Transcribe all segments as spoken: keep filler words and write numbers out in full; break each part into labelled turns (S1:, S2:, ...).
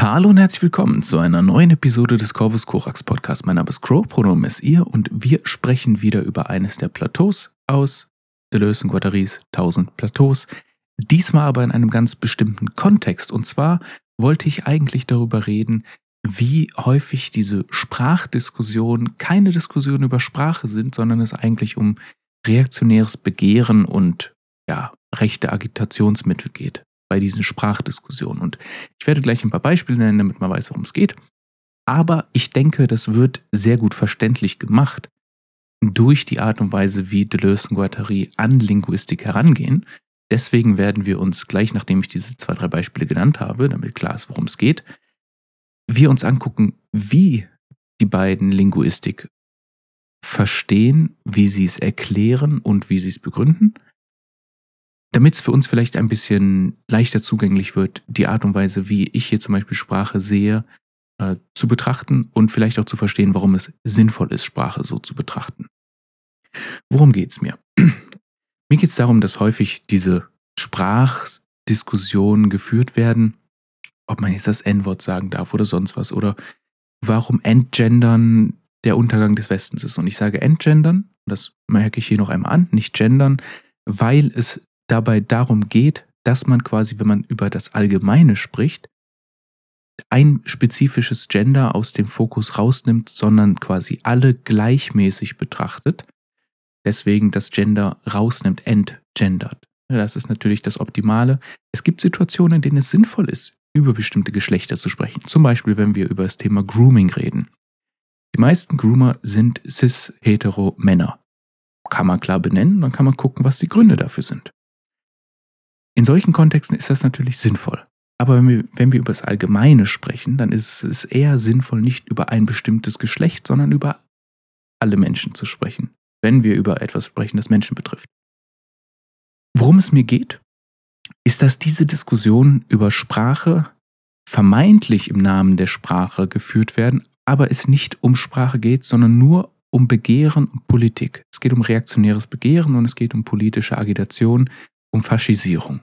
S1: Hallo und herzlich willkommen zu einer neuen Episode des Corvus Corax Podcast. Mein Name ist Crow, Pronomen ist ihr und wir sprechen wieder über eines der Plateaus aus Deleuze und Guattaris tausend Plateaus. Diesmal aber in einem ganz bestimmten Kontext. Und zwar wollte ich eigentlich darüber reden, wie häufig diese Sprachdiskussionen keine Diskussionen über Sprache sind, sondern es eigentlich um reaktionäres Begehren und ja, rechte Agitationsmittel geht bei diesen Sprachdiskussionen. Und ich werde gleich ein paar Beispiele nennen, damit man weiß, worum es geht. Aber ich denke, das wird sehr gut verständlich gemacht durch die Art und Weise, wie Deleuze und Guattari an Linguistik herangehen. Deswegen werden wir uns gleich, nachdem ich diese zwei, drei Beispiele genannt habe, damit klar ist, worum es geht, wir uns angucken, wie die beiden Linguistik verstehen, wie sie es erklären und wie sie es begründen. Damit es für uns vielleicht ein bisschen leichter zugänglich wird, die Art und Weise, wie ich hier zum Beispiel Sprache sehe, äh, zu betrachten und vielleicht auch zu verstehen, warum es sinnvoll ist, Sprache so zu betrachten. Worum geht es mir? Mir geht es darum, dass häufig diese Sprachdiskussionen geführt werden, ob man jetzt das En-Wort sagen darf oder sonst was, oder warum Entgendern der Untergang des Westens ist. Und ich sage Entgendern, das merke ich hier noch einmal an, nicht gendern, weil es dabei darum geht, dass man quasi, wenn man über das Allgemeine spricht, ein spezifisches Gender aus dem Fokus rausnimmt, sondern quasi alle gleichmäßig betrachtet. Deswegen das Gender rausnimmt, entgendert. Das ist natürlich das Optimale. Es gibt Situationen, in denen es sinnvoll ist, über bestimmte Geschlechter zu sprechen. Zum Beispiel, wenn wir über das Thema Grooming reden. Die meisten Groomer sind cis-hetero-Männer. Kann man klar benennen, dann kann man gucken, was die Gründe dafür sind. In solchen Kontexten ist das natürlich sinnvoll. Aber wenn wir, wenn wir über das Allgemeine sprechen, dann ist es eher sinnvoll, nicht über ein bestimmtes Geschlecht, sondern über alle Menschen zu sprechen, wenn wir über etwas sprechen, das Menschen betrifft. Worum es mir geht, ist, dass diese Diskussionen über Sprache vermeintlich im Namen der Sprache geführt werden, aber es nicht um Sprache geht, sondern nur um Begehren und Politik. Es geht um reaktionäres Begehren und es geht um politische Agitation, um Faschisierung.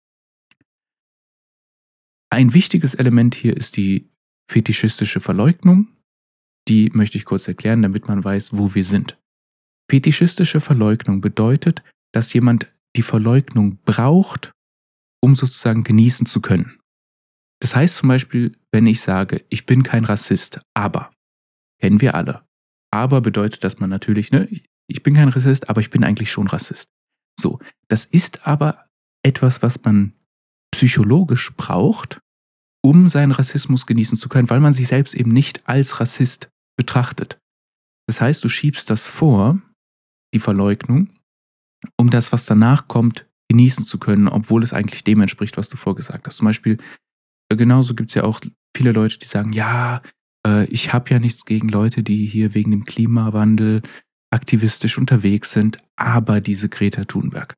S1: Ein wichtiges Element hier ist die fetischistische Verleugnung. Die möchte ich kurz erklären, damit man weiß, wo wir sind. Fetischistische Verleugnung bedeutet, dass jemand die Verleugnung braucht, um sozusagen genießen zu können. Das heißt zum Beispiel, wenn ich sage, ich bin kein Rassist, aber, kennen wir alle. Aber bedeutet, dass man natürlich, ne, ich bin kein Rassist, aber ich bin eigentlich schon Rassist. So, das ist aber etwas, was man psychologisch braucht, um seinen Rassismus genießen zu können, weil man sich selbst eben nicht als Rassist betrachtet. Das heißt, du schiebst das vor, die Verleugnung, um das, was danach kommt, genießen zu können, obwohl es eigentlich dem entspricht, was du vorgesagt hast. Zum Beispiel, genauso gibt es ja auch viele Leute, die sagen, ja, äh, ich habe ja nichts gegen Leute, die hier wegen dem Klimawandel aktivistisch unterwegs sind, aber diese Greta Thunberg.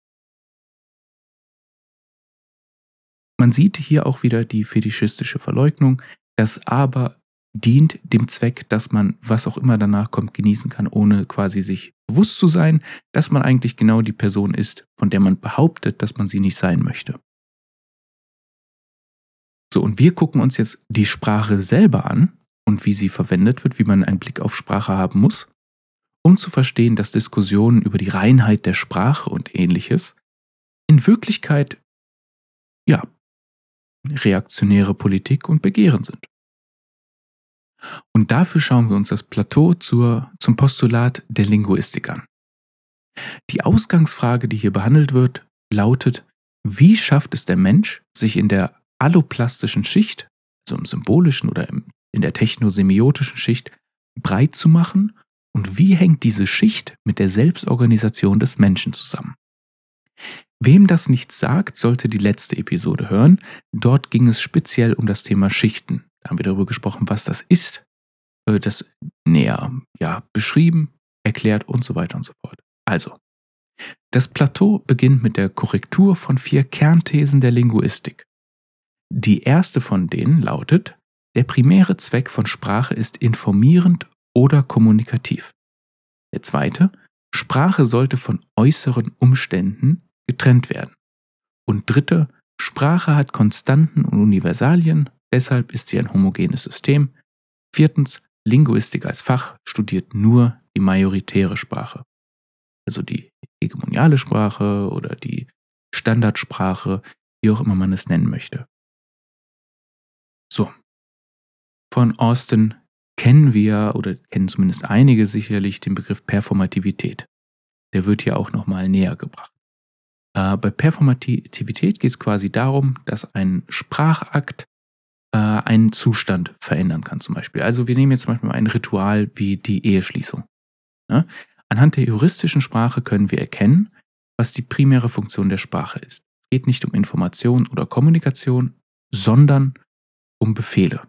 S1: Man sieht hier auch wieder die fetischistische Verleugnung. Das aber dient dem Zweck, dass man, was auch immer danach kommt, genießen kann, ohne quasi sich bewusst zu sein, dass man eigentlich genau die Person ist, von der man behauptet, dass man sie nicht sein möchte. So, und wir gucken uns jetzt die Sprache selber an und wie sie verwendet wird, wie man einen Blick auf Sprache haben muss, um zu verstehen, dass Diskussionen über die Reinheit der Sprache und Ähnliches in Wirklichkeit, ja, reaktionäre Politik und Begehren sind. Und dafür schauen wir uns das Plateau zur, zum Postulat der Linguistik an. Die Ausgangsfrage, die hier behandelt wird, lautet, wie schafft es der Mensch, sich in der alloplastischen Schicht, also im symbolischen oder im, in der technosemiotischen Schicht, breit zu machen und wie hängt diese Schicht mit der Selbstorganisation des Menschen zusammen? Wem das nichts sagt, sollte die letzte Episode hören. Dort ging es speziell um das Thema Schichten. Da haben wir darüber gesprochen, was das ist, das näher ja, beschrieben, erklärt und so weiter und so fort. Also, das Plateau beginnt mit der Korrektur von vier Kernthesen der Linguistik. Die erste von denen lautet, der primäre Zweck von Sprache ist informierend oder kommunikativ. Der zweite, Sprache sollte von äußeren Umständen getrennt werden. Und dritte, Sprache hat Konstanten und Universalien, Deshalb ist sie ein homogenes System. Viertens, Linguistik als Fach studiert nur die majoritäre Sprache. Also die hegemoniale Sprache oder die Standardsprache, wie auch immer man es nennen möchte. So. Von Austin kennen wir, oder kennen zumindest einige sicherlich, den Begriff Performativität. Der wird hier auch nochmal näher gebracht. Äh, bei Performativität geht es quasi darum, dass ein Sprachakt äh, einen Zustand verändern kann zum Beispiel. Also wir nehmen jetzt zum Beispiel ein Ritual wie die Eheschließung. Ja? Anhand der juristischen Sprache können wir erkennen, was die primäre Funktion der Sprache ist. Es geht nicht um Information oder Kommunikation, sondern um Befehle.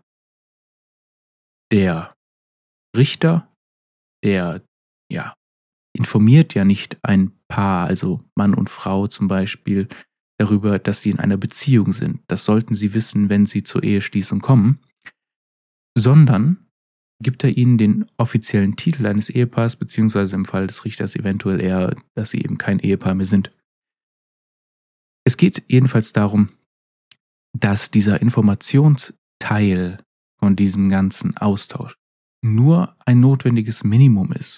S1: Der Richter, der ja, informiert ja nicht ein Paar, also Mann und Frau zum Beispiel, darüber, dass sie in einer Beziehung sind. Das sollten sie wissen, wenn sie zur Eheschließung kommen, sondern gibt er ihnen den offiziellen Titel eines Ehepaars, beziehungsweise im Fall des Richters eventuell eher, dass sie eben kein Ehepaar mehr sind. Es geht jedenfalls darum, dass dieser Informationsteil von diesem ganzen Austausch nur ein notwendiges Minimum ist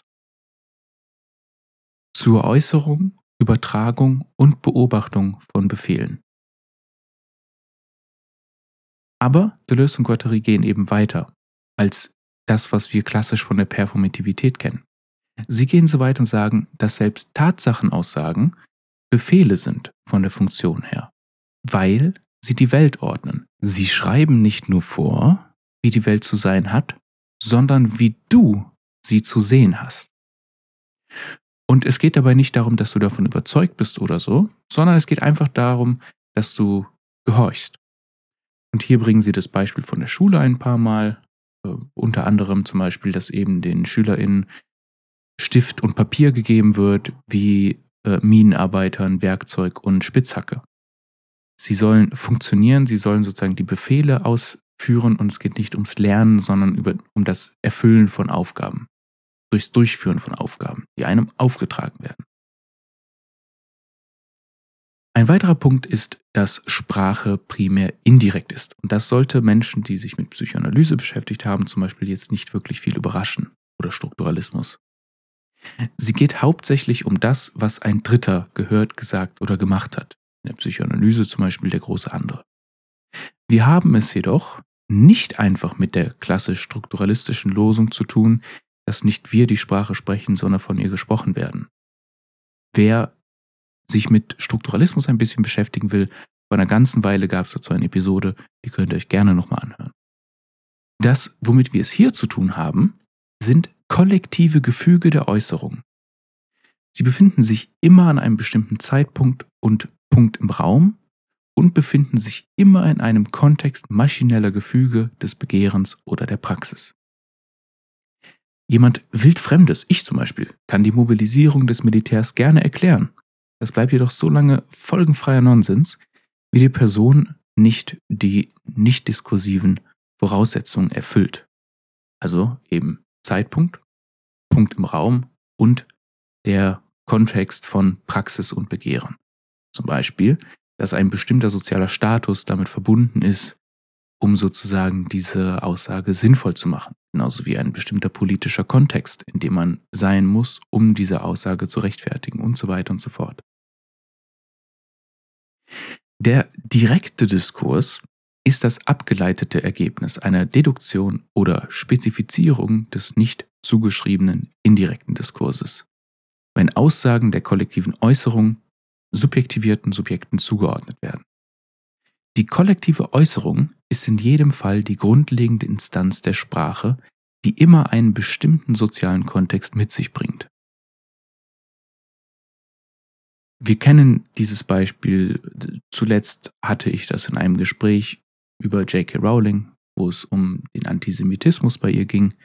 S1: zur Äußerung, Übertragung und Beobachtung von Befehlen. Aber Deleuze und Guattari gehen eben weiter als das, was wir klassisch von der Performativität kennen. Sie gehen so weit und sagen, dass selbst Tatsachenaussagen Befehle sind von der Funktion her, weil sie die Welt ordnen. Sie schreiben nicht nur vor, wie die Welt zu sein hat, sondern wie du sie zu sehen hast. Und es geht dabei nicht darum, dass du davon überzeugt bist oder so, sondern es geht einfach darum, dass du gehorchst. Und hier bringen sie das Beispiel von der Schule ein paar Mal, äh, unter anderem zum Beispiel, dass eben den SchülerInnen Stift und Papier gegeben wird, wie äh, Minenarbeitern, Werkzeug und Spitzhacke. Sie sollen funktionieren, sie sollen sozusagen die Befehle ausführen und es geht nicht ums Lernen, sondern über, um das Erfüllen von Aufgaben, durchs Durchführen von Aufgaben, die einem aufgetragen werden. Ein weiterer Punkt ist, dass Sprache primär indirekt ist. Und das sollte Menschen, die sich mit Psychoanalyse beschäftigt haben, zum Beispiel jetzt nicht wirklich viel überraschen oder Strukturalismus. Sie geht hauptsächlich um das, was ein Dritter gehört, gesagt oder gemacht hat. In der Psychoanalyse zum Beispiel der große andere. Wir haben es jedoch nicht einfach mit der klassisch strukturalistischen Losung zu tun, dass nicht wir die Sprache sprechen, sondern von ihr gesprochen werden. Wer sich mit Strukturalismus ein bisschen beschäftigen will, vor einer ganzen Weile gab es dazu eine Episode, die könnt ihr euch gerne nochmal anhören. Das, womit wir es hier zu tun haben, sind kollektive Gefüge der Äußerung. Sie befinden sich immer an einem bestimmten Zeitpunkt und Punkt im Raum und befinden sich immer in einem Kontext maschineller Gefüge des Begehrens oder der Praxis. Jemand Wildfremdes, ich zum Beispiel, kann die Mobilisierung des Militärs gerne erklären. Das bleibt jedoch so lange folgenfreier Nonsens, wie die Person nicht die nicht diskursiven Voraussetzungen erfüllt. Also eben Zeitpunkt, Punkt im Raum und der Kontext von Praxis und Begehren. Zum Beispiel, dass ein bestimmter sozialer Status damit verbunden ist, um sozusagen diese Aussage sinnvoll zu machen. Genauso wie ein bestimmter politischer Kontext, in dem man sein muss, um diese Aussage zu rechtfertigen und so weiter und so fort. Der direkte Diskurs ist das abgeleitete Ergebnis einer Deduktion oder Spezifizierung des nicht zugeschriebenen indirekten Diskurses, wenn Aussagen der kollektiven Äußerung subjektivierten Subjekten zugeordnet werden. Die kollektive Äußerung ist in jedem Fall die grundlegende Instanz der Sprache, die immer einen bestimmten sozialen Kontext mit sich bringt. Wir kennen dieses Beispiel, zuletzt hatte ich das in einem Gespräch über J K Rowling, wo es um den Antisemitismus bei ihr ging,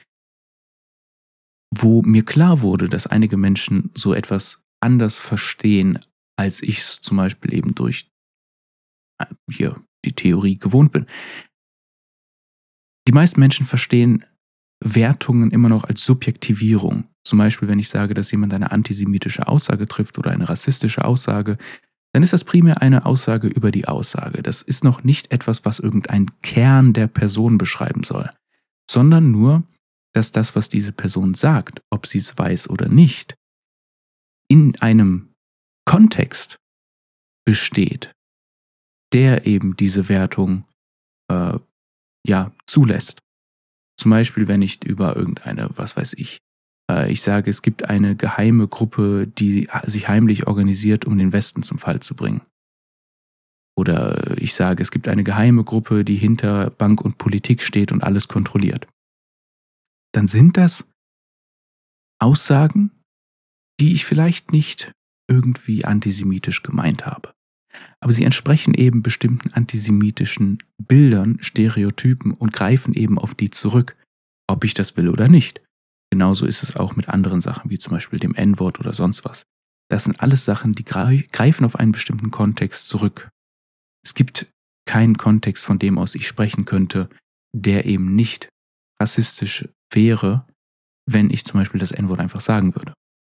S1: wo mir klar wurde, dass einige Menschen so etwas anders verstehen, als ich es zum Beispiel eben durch hier die Theorie gewohnt bin. Die meisten Menschen verstehen Wertungen immer noch als Subjektivierung. Zum Beispiel, wenn ich sage, dass jemand eine antisemitische Aussage trifft oder eine rassistische Aussage, dann ist das primär eine Aussage über die Aussage. Das ist noch nicht etwas, was irgendeinen Kern der Person beschreiben soll, sondern nur, dass das, was diese Person sagt, ob sie es weiß oder nicht, in einem Kontext besteht, der eben diese Wertung äh, ja, zulässt. Zum Beispiel, wenn ich über irgendeine, was weiß ich, äh, ich sage, es gibt eine geheime Gruppe, die sich heimlich organisiert, um den Westen zum Fall zu bringen. Oder ich sage, es gibt eine geheime Gruppe, die hinter Bank und Politik steht und alles kontrolliert. Dann sind das Aussagen, die ich vielleicht nicht irgendwie antisemitisch gemeint habe. Aber sie entsprechen eben bestimmten antisemitischen Bildern, Stereotypen und greifen eben auf die zurück, ob ich das will oder nicht. Genauso ist es auch mit anderen Sachen, wie zum Beispiel dem En-Wort oder sonst was. Das sind alles Sachen, die greifen auf einen bestimmten Kontext zurück. Es gibt keinen Kontext, von dem aus ich sprechen könnte, der eben nicht rassistisch wäre, wenn ich zum Beispiel das En-Wort einfach sagen würde.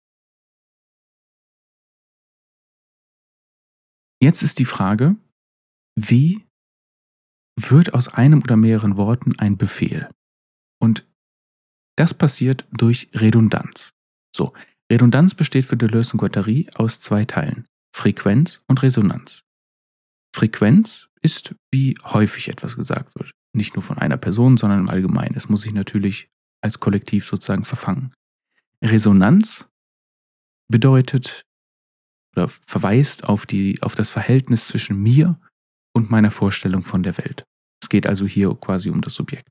S1: Jetzt ist die Frage, wie wird aus einem oder mehreren Worten ein Befehl? Und das passiert durch Redundanz. So, Redundanz besteht für Deleuze und Guattari aus zwei Teilen, Frequenz und Resonanz. Frequenz ist, wie häufig etwas gesagt wird. Nicht nur von einer Person, sondern im Allgemeinen. Es muss sich natürlich als Kollektiv sozusagen verfangen. Resonanz bedeutet oder verweist auf, die, auf das Verhältnis zwischen mir und meiner Vorstellung von der Welt. Es geht also hier quasi um das Subjekt.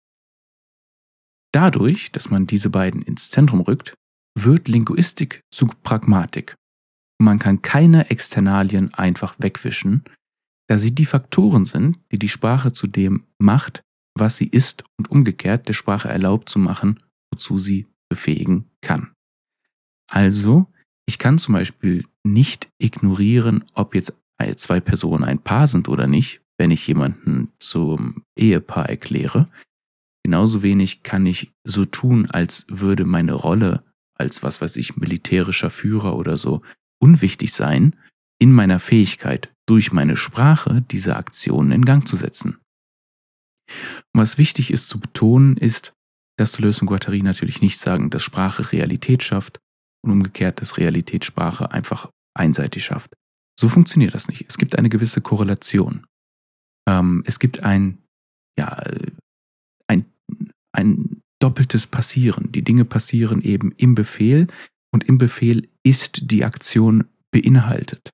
S1: Dadurch, dass man diese beiden ins Zentrum rückt, wird Linguistik zu Pragmatik. Man kann keine Externalien einfach wegwischen, da sie die Faktoren sind, die die Sprache zu dem macht, was sie ist und umgekehrt der Sprache erlaubt zu machen, wozu sie befähigen kann. Also, ich kann zum Beispiel nicht ignorieren, ob jetzt zwei Personen ein Paar sind oder nicht, wenn ich jemanden zum Ehepaar erkläre. Genauso wenig kann ich so tun, als würde meine Rolle als, was weiß ich, militärischer Führer oder so unwichtig sein, in meiner Fähigkeit, durch meine Sprache diese Aktionen in Gang zu setzen. Und was wichtig ist zu betonen, ist, dass Deleuze und Guattari natürlich nicht sagen, dass Sprache Realität schafft und umgekehrt, dass Realität Sprache einfach einseitig schafft. So funktioniert das nicht. Es gibt eine gewisse Korrelation. Ähm, es gibt ein, ja, ein, ein doppeltes Passieren. Die Dinge passieren eben im Befehl und im Befehl ist die Aktion beinhaltet.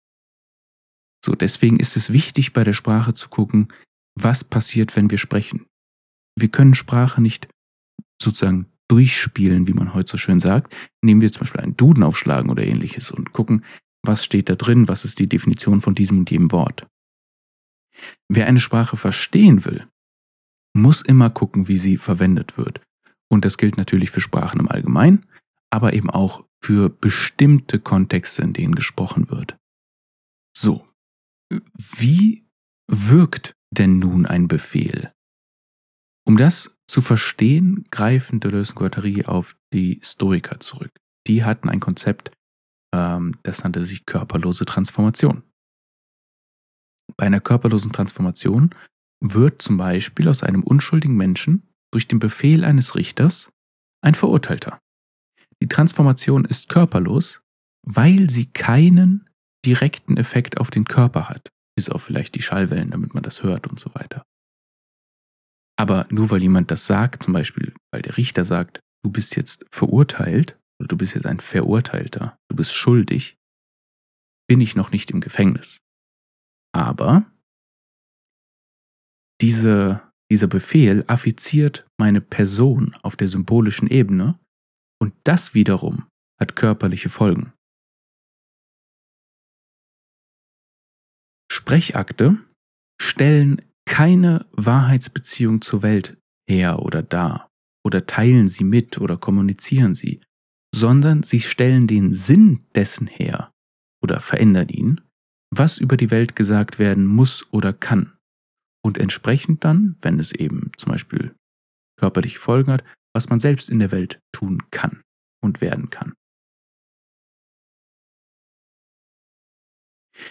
S1: So, deswegen ist es wichtig, bei der Sprache zu gucken, was passiert, wenn wir sprechen. Wir können Sprache nicht sozusagen durchspielen, wie man heute so schön sagt, indem wir zum Beispiel einen Duden aufschlagen oder ähnliches und gucken, was steht da drin, was ist die Definition von diesem und jedem Wort. Wer eine Sprache verstehen will, muss immer gucken, wie sie verwendet wird. Und das gilt natürlich für Sprachen im Allgemeinen, aber eben auch für bestimmte Kontexte, in denen gesprochen wird. So, wie wirkt denn nun ein Befehl? Um das zu verstehen, greifen Deleuze und Guattari auf die Stoiker zurück. Die hatten ein Konzept, ähm, das nannte sich körperlose Transformation. Bei einer körperlosen Transformation wird zum Beispiel aus einem unschuldigen Menschen durch den Befehl eines Richters ein Verurteilter. Die Transformation ist körperlos, weil sie keinen direkten Effekt auf den Körper hat, bis auf vielleicht die Schallwellen, damit man das hört und so weiter. Aber nur weil jemand das sagt, zum Beispiel weil der Richter sagt, du bist jetzt verurteilt oder du bist jetzt ein Verurteilter, du bist schuldig, bin ich noch nicht im Gefängnis. Aber diese, dieser Befehl affiziert meine Person auf der symbolischen Ebene und das wiederum hat körperliche Folgen. Sprechakte stellen keine Wahrheitsbeziehung zur Welt her oder dar oder teilen sie mit oder kommunizieren sie, sondern sie stellen den Sinn dessen her oder verändern ihn, was über die Welt gesagt werden muss oder kann und entsprechend dann, wenn es eben zum Beispiel körperliche Folgen hat, was man selbst in der Welt tun kann und werden kann.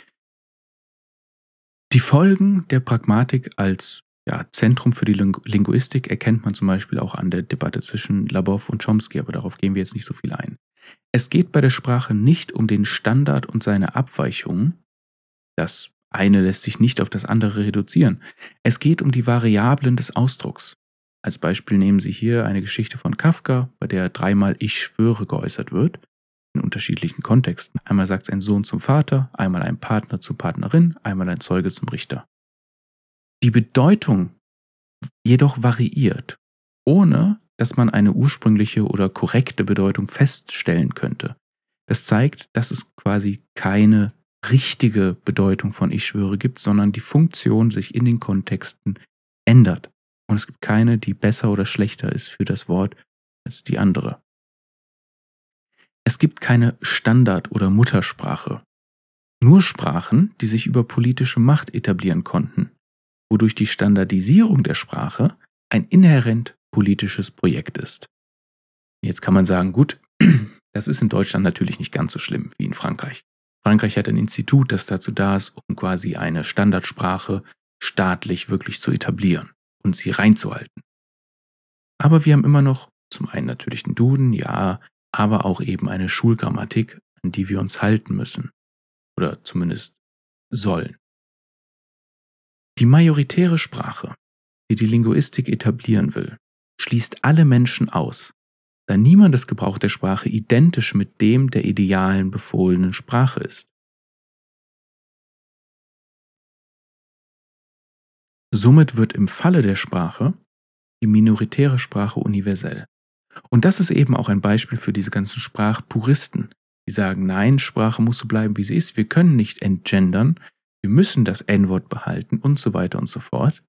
S1: Die Folgen der Pragmatik als ja, Zentrum für die Ling- Linguistik erkennt man zum Beispiel auch an der Debatte zwischen Labov und Chomsky, aber darauf gehen wir jetzt nicht so viel ein. Es geht bei der Sprache nicht um den Standard und seine Abweichungen. Das eine lässt sich nicht auf das andere reduzieren. Es geht um die Variablen des Ausdrucks. Als Beispiel nehmen Sie hier eine Geschichte von Kafka, bei der dreimal Ich schwöre geäußert wird, in unterschiedlichen Kontexten. Einmal sagt es ein Sohn zum Vater, einmal ein Partner zur Partnerin, einmal ein Zeuge zum Richter. Die Bedeutung jedoch variiert, ohne dass man eine ursprüngliche oder korrekte Bedeutung feststellen könnte. Das zeigt, dass es quasi keine richtige Bedeutung von Ich schwöre gibt, sondern die Funktion sich in den Kontexten ändert. Und es gibt keine, die besser oder schlechter ist für das Wort als die andere. Es gibt keine Standard- oder Muttersprache. Nur Sprachen, die sich über politische Macht etablieren konnten, wodurch die Standardisierung der Sprache ein inhärent politisches Projekt ist. Jetzt kann man sagen, gut, das ist in Deutschland natürlich nicht ganz so schlimm wie in Frankreich. Frankreich hat ein Institut, das dazu da ist, um quasi eine Standardsprache staatlich wirklich zu etablieren und sie reinzuhalten. Aber wir haben immer noch zum einen natürlich den Duden, ja, aber auch eben eine Schulgrammatik, an die wir uns halten müssen. Oder zumindest sollen. Die majoritäre Sprache, die die Linguistik etablieren will, schließt alle Menschen aus, da niemandes Gebrauch der Sprache identisch mit dem der idealen befohlenen Sprache ist. Somit wird im Falle der Sprache die minoritäre Sprache universell. Und das ist eben auch ein Beispiel für diese ganzen Sprachpuristen, die sagen, nein, Sprache muss so bleiben, wie sie ist, wir können nicht entgendern, wir müssen das En-Wort behalten und so weiter und so fort,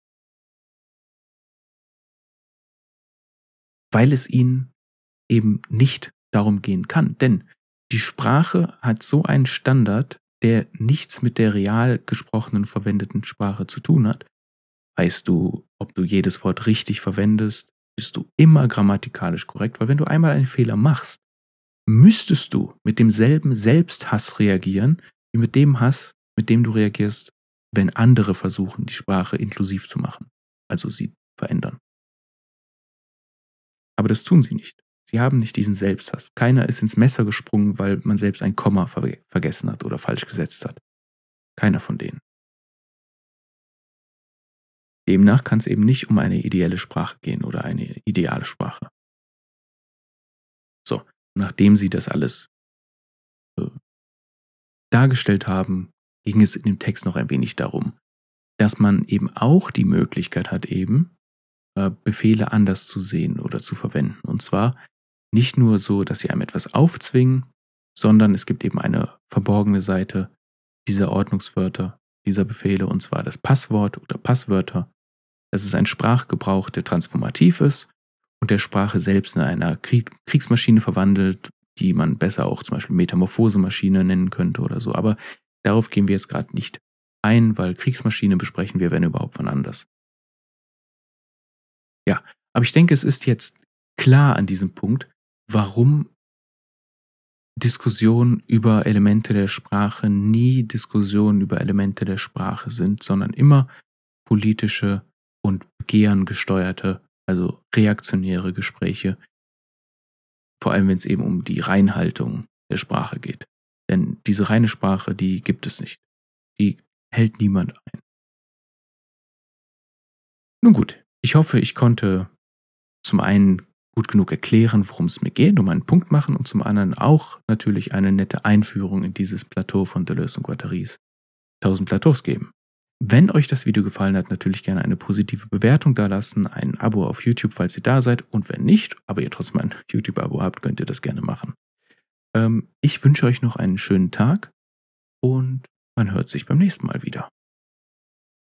S1: weil es ihnen eben nicht darum gehen kann. Denn die Sprache hat so einen Standard, der nichts mit der real gesprochenen, verwendeten Sprache zu tun hat. Weißt du, ob du jedes Wort richtig verwendest, bist du immer grammatikalisch korrekt, weil wenn du einmal einen Fehler machst, müsstest du mit demselben Selbsthass reagieren, wie mit dem Hass, mit dem du reagierst, wenn andere versuchen, die Sprache inklusiv zu machen, also sie verändern. Aber das tun sie nicht. Sie haben nicht diesen Selbsthass. Keiner ist ins Messer gesprungen, weil man selbst ein Komma ver- vergessen hat oder falsch gesetzt hat. Keiner von denen. Demnach kann es eben nicht um eine ideelle Sprache gehen oder eine ideale Sprache. So, nachdem sie das alles äh, dargestellt haben, ging es in dem Text noch ein wenig darum, dass man eben auch die Möglichkeit hat, eben äh, Befehle anders zu sehen oder zu verwenden. Und zwar nicht nur so, dass sie einem etwas aufzwingen, sondern es gibt eben eine verborgene Seite dieser Ordnungswörter, dieser Befehle, und zwar das Passwort oder Passwörter. Das ist ein Sprachgebrauch, der transformativ ist und der Sprache selbst in einer Krieg- Kriegsmaschine verwandelt, die man besser auch zum Beispiel Metamorphosemaschine nennen könnte oder so. Aber darauf gehen wir jetzt gerade nicht ein, weil Kriegsmaschine besprechen wir, wenn überhaupt, von anders. Ja, aber ich denke, es ist jetzt klar an diesem Punkt, warum Diskussionen über Elemente der Sprache nie Diskussionen über Elemente der Sprache sind, sondern immer politische und begehrengesteuerte, also reaktionäre Gespräche, vor allem wenn es eben um die Reinhaltung der Sprache geht. Denn diese reine Sprache, die gibt es nicht. Die hält niemand ein. Nun gut, ich hoffe, ich konnte zum einen gut genug erklären, worum es mir geht, um einen Punkt machen, und zum anderen auch natürlich eine nette Einführung in dieses Plateau von Deleuze und Guattaris tausend Plateaus geben. Wenn euch das Video gefallen hat, natürlich gerne eine positive Bewertung dalassen, ein Abo auf YouTube, falls ihr da seid, und wenn nicht, aber ihr trotzdem ein YouTube-Abo habt, könnt ihr das gerne machen. Ähm, ich wünsche euch noch einen schönen Tag und man hört sich beim nächsten Mal wieder.